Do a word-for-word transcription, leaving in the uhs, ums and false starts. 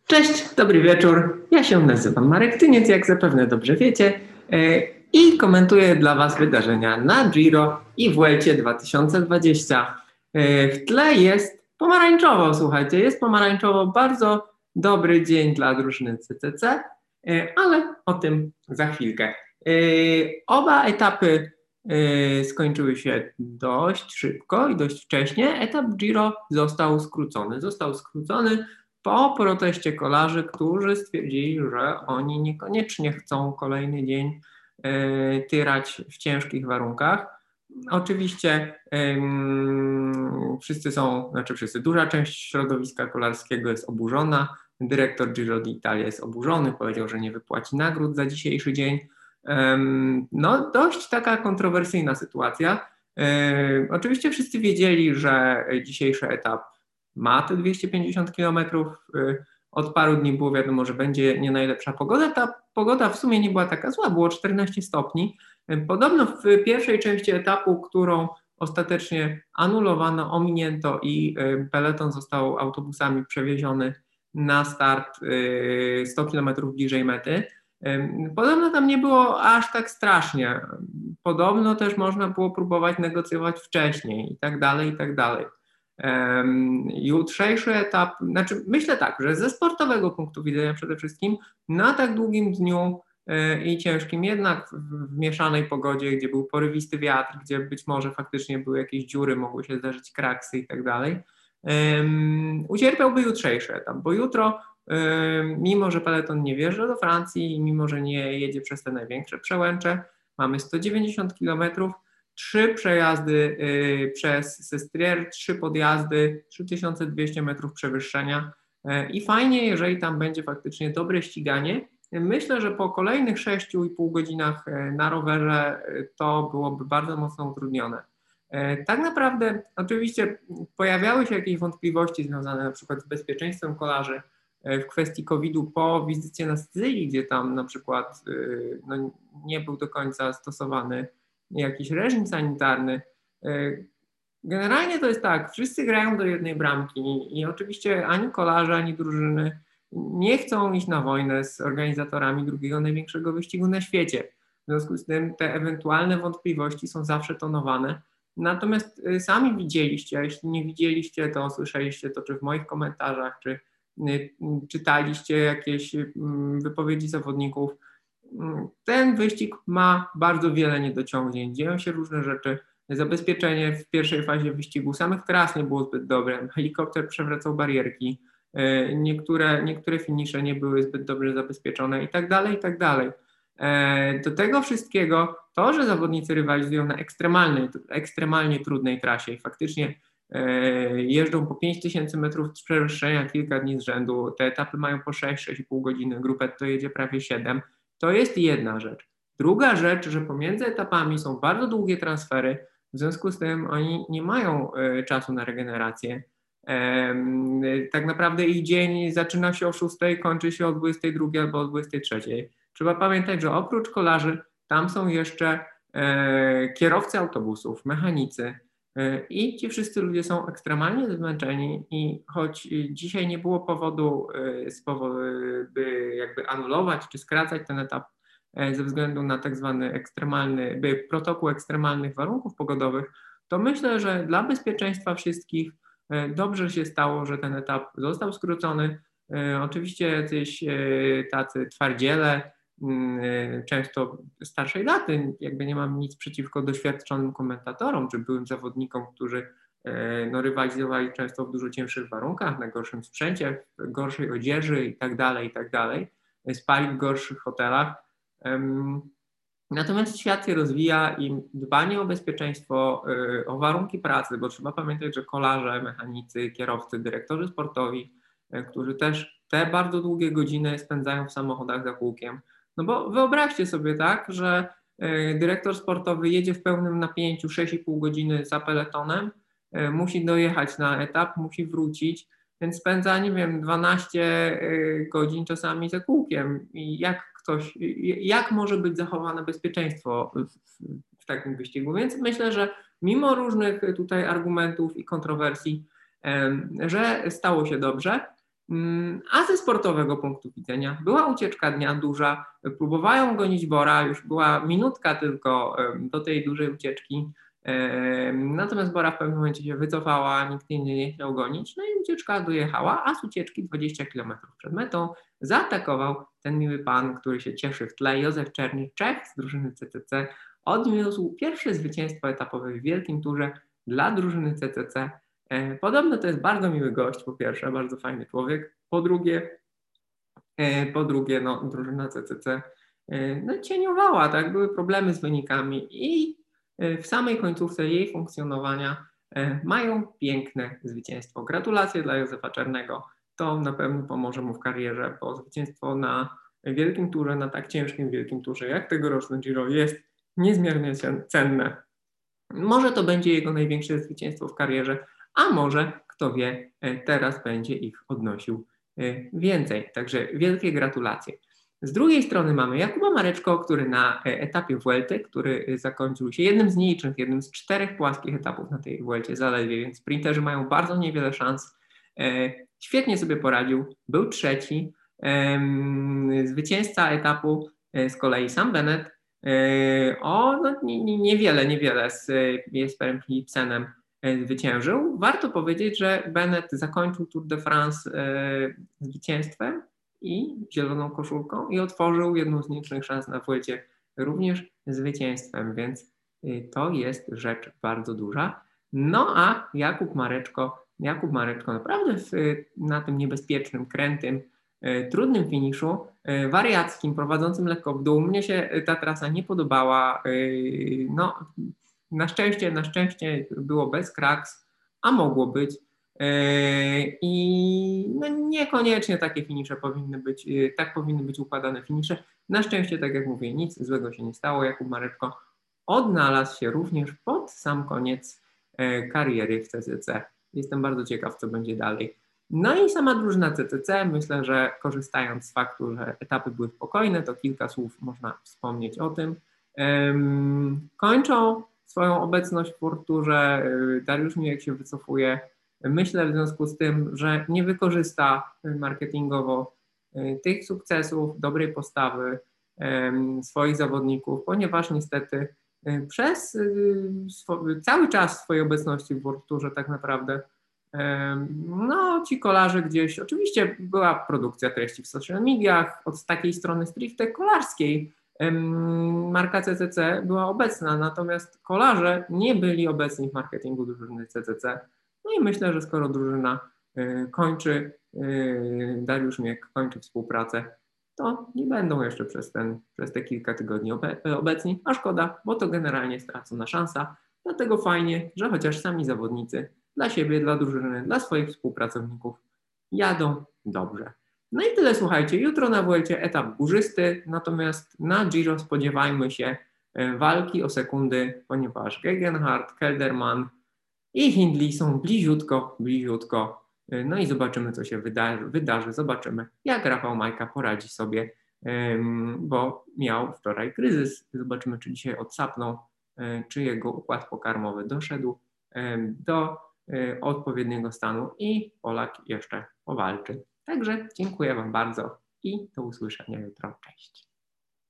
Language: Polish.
Cześć, dobry wieczór. Ja się nazywam Marek Tyniec, jak zapewne dobrze wiecie, i komentuję dla Was wydarzenia na Giro i Vuelcie dwa tysiące dwudziestym. W tle jest pomarańczowo, słuchajcie, jest pomarańczowo, bardzo dobry dzień dla drużyny C C C, ale o tym za chwilkę. Oba etapy skończyły się dość szybko i dość wcześnie. Etap Giro został skrócony. Został skrócony po proteście kolarzy, którzy stwierdzili, że oni niekoniecznie chcą kolejny dzień y, tyrać w ciężkich warunkach. Oczywiście y, wszyscy są, znaczy wszyscy, duża część środowiska kolarskiego jest oburzona. Dyrektor Giro d'Italia jest oburzony, powiedział, że nie wypłaci nagród za dzisiejszy dzień. Y, no dość taka kontrowersyjna sytuacja. Y, oczywiście wszyscy wiedzieli, że dzisiejszy etap ma te dwieście pięćdziesiąt kilometrów. Od paru dni było wiadomo, że będzie nie najlepsza pogoda. Ta pogoda w sumie nie była taka zła, było czternaście stopni. Podobno w pierwszej części etapu, którą ostatecznie anulowano, ominięto i peleton został autobusami przewieziony na start sto kilometrów bliżej mety. Podobno tam nie było aż tak strasznie. Podobno też można było próbować negocjować wcześniej i tak dalej, i tak dalej. Jutrzejszy etap, znaczy myślę tak, że ze sportowego punktu widzenia przede wszystkim na tak długim dniu i ciężkim, jednak w mieszanej pogodzie, gdzie był porywisty wiatr, gdzie być może faktycznie były jakieś dziury, mogły się zdarzyć kraksy i tak dalej, ucierpiałby jutrzejszy etap, bo jutro, mimo że peleton nie wjeżdża do Francji i mimo że nie jedzie przez te największe przełęcze, mamy sto dziewięćdziesiąt kilometrów, trzy przejazdy y, przez Sestriere, trzy podjazdy, trzy tysiące dwieście metrów przewyższenia y, i fajnie, jeżeli tam będzie faktycznie dobre ściganie. Myślę, że po kolejnych sześciu i pół godzinach y, na rowerze y, to byłoby bardzo mocno utrudnione. Y, tak naprawdę oczywiście pojawiały się jakieś wątpliwości związane na przykład z bezpieczeństwem kolarzy y, w kwestii kowida po wizycie na Sycylii, gdzie tam na przykład y, no, nie był do końca stosowany jakiś reżim sanitarny. Generalnie to jest tak, wszyscy grają do jednej bramki i oczywiście ani kolarze, ani drużyny nie chcą iść na wojnę z organizatorami drugiego największego wyścigu na świecie. W związku z tym te ewentualne wątpliwości są zawsze tonowane. Natomiast sami widzieliście, a jeśli nie widzieliście, to słyszeliście to czy w moich komentarzach, czy czytaliście jakieś wypowiedzi zawodników. Ten wyścig ma bardzo wiele niedociągnięć, dzieją się różne rzeczy. Zabezpieczenie w pierwszej fazie wyścigu samych tras nie było zbyt dobre. Helikopter przewracał barierki, niektóre, niektóre finisze nie były zbyt dobrze zabezpieczone i tak dalej, i tak dalej. Do tego wszystkiego to, że zawodnicy rywalizują na ekstremalnej, ekstremalnie trudnej trasie i faktycznie jeżdżą po pięć tysięcy metrów przewyższenia kilka dni z rzędu, te etapy mają po sześć do sześciu i pół godziny, Gruppetto jedzie prawie siedem. To jest jedna rzecz. Druga rzecz, że pomiędzy etapami są bardzo długie transfery, w związku z tym oni nie mają y, czasu na regenerację. Ehm, tak naprawdę ich dzień zaczyna się o szóstej, kończy się o dwudziestej drugiej albo o dwudziestej trzeciej. Trzeba pamiętać, że oprócz kolarzy tam są jeszcze e, kierowcy autobusów, mechanicy e, i ci wszyscy ludzie są ekstremalnie zmęczeni i choć dzisiaj nie było powodu, e, z powodu by jakby anulować czy skracać ten etap ze względu na tak zwany ekstremalny, by protokół ekstremalnych warunków pogodowych, to myślę, że dla bezpieczeństwa wszystkich dobrze się stało, że ten etap został skrócony. Oczywiście jacyś tacy twardziele, często starszej daty, jakby nie mam nic przeciwko doświadczonym komentatorom czy byłym zawodnikom, którzy no, rywalizowali często w dużo cięższych warunkach, na gorszym sprzęcie, w gorszej odzieży i tak dalej, i tak dalej, spali w gorszych hotelach. Natomiast świat się rozwija i dbanie o bezpieczeństwo, o warunki pracy, bo trzeba pamiętać, że kolarze, mechanicy, kierowcy, dyrektorzy sportowi, którzy też te bardzo długie godziny spędzają w samochodach za kółkiem. No bo wyobraźcie sobie tak, że dyrektor sportowy jedzie w pełnym napięciu sześć i pół godziny za peletonem, musi dojechać na etap, musi wrócić, więc spędza, nie wiem, dwanaście godzin czasami za kółkiem. I jak ktoś, jak może być zachowane bezpieczeństwo w, w takim wyścigu? Więc myślę, że mimo różnych tutaj argumentów i kontrowersji, że stało się dobrze. A ze sportowego punktu widzenia była ucieczka dnia duża, próbowają gonić Bora, już była minutka tylko do tej dużej ucieczki, natomiast Bora w pewnym momencie się wycofała, nikt inny nie chciał gonić, no i ucieczka dojechała, a z ucieczki dwadzieścia kilometrów przed metą zaatakował ten miły pan, który się cieszy w tle, Józef Czerniczek z drużyny C C C, odniósł pierwsze zwycięstwo etapowe w Wielkim Turze dla drużyny C C C. Podobno to jest bardzo miły gość, po pierwsze, bardzo fajny człowiek, po drugie, po drugie no, drużyna C C C no, cieniowała, tak, były problemy z wynikami i w samej końcówce jej funkcjonowania mają piękne zwycięstwo. Gratulacje dla Józefa Czernego, to na pewno pomoże mu w karierze, bo zwycięstwo na Wielkim Turze, na tak ciężkim Wielkim Turze jak tegoroczny Giro jest niezmiernie cenne. Może to będzie jego największe zwycięstwo w karierze, a może, kto wie, teraz będzie ich odnosił więcej. Także wielkie gratulacje. Z drugiej strony mamy Jakuba Mareczko, który na etapie Vuelty, który zakończył się jednym z nielicznych, jednym z czterech płaskich etapów na tej Vuelcie zaledwie, więc sprinterzy mają bardzo niewiele szans. Świetnie sobie poradził, był trzeci. Zwycięzca etapu z kolei Sam Bennett, o no, niewiele, niewiele z Jesperem Philipsenem zwyciężył. Warto powiedzieć, że Bennett zakończył Tour de France zwycięstwem i zieloną koszulką i otworzył jedną z nielicznych szans na Vuelcie również zwycięstwem, więc to jest rzecz bardzo duża. No a Jakub Mareczko, Jakub Mareczko naprawdę w, na tym niebezpiecznym, krętym, trudnym finiszu, wariackim, prowadzącym lekko w dół. Mnie się ta trasa nie podobała. No, na szczęście, na szczęście było bez kraks, a mogło być. I no niekoniecznie takie finisze powinny być, tak powinny być układane finisze. Na szczęście, tak jak mówię, nic złego się nie stało. Jakub Mareczko odnalazł się również pod sam koniec kariery w C C C. Jestem bardzo ciekaw, co będzie dalej. No i sama drużyna C C C, myślę, że korzystając z faktu, że etapy były spokojne, to kilka słów można wspomnieć o tym. Kończą swoją obecność w World Tourze, Dariusz Miłek się wycofuje. Myślę w związku z tym, że nie wykorzysta marketingowo tych sukcesów, dobrej postawy swoich zawodników, ponieważ niestety przez cały czas swojej obecności w World Tourze tak naprawdę no ci kolarze gdzieś, oczywiście była produkcja treści w social mediach, od takiej strony stricte kolarskiej marka C C C była obecna, natomiast kolarze nie byli obecni w marketingu drużyny C C C. No i myślę, że skoro drużyna kończy, Dariusz Miek kończy współpracę, to nie będą jeszcze przez, ten, przez te kilka tygodni obecni, a szkoda, bo to generalnie stracona szansa. Dlatego fajnie, że chociaż sami zawodnicy dla siebie, dla drużyny, dla swoich współpracowników jadą dobrze. No i tyle, słuchajcie, jutro na Vuelcie etap górzysty, natomiast na Giro spodziewajmy się walki o sekundy, ponieważ Gegenhardt, Kelderman i Hindley są bliziutko, bliziutko. No i zobaczymy, co się wydarzy, wydarzy. Zobaczymy, jak Rafał Majka poradzi sobie, bo miał wczoraj kryzys. Zobaczymy, czy dzisiaj odsapnął, czy jego układ pokarmowy doszedł do odpowiedniego stanu i Polak jeszcze powalczy. Także dziękuję Wam bardzo i do usłyszenia jutro. Cześć.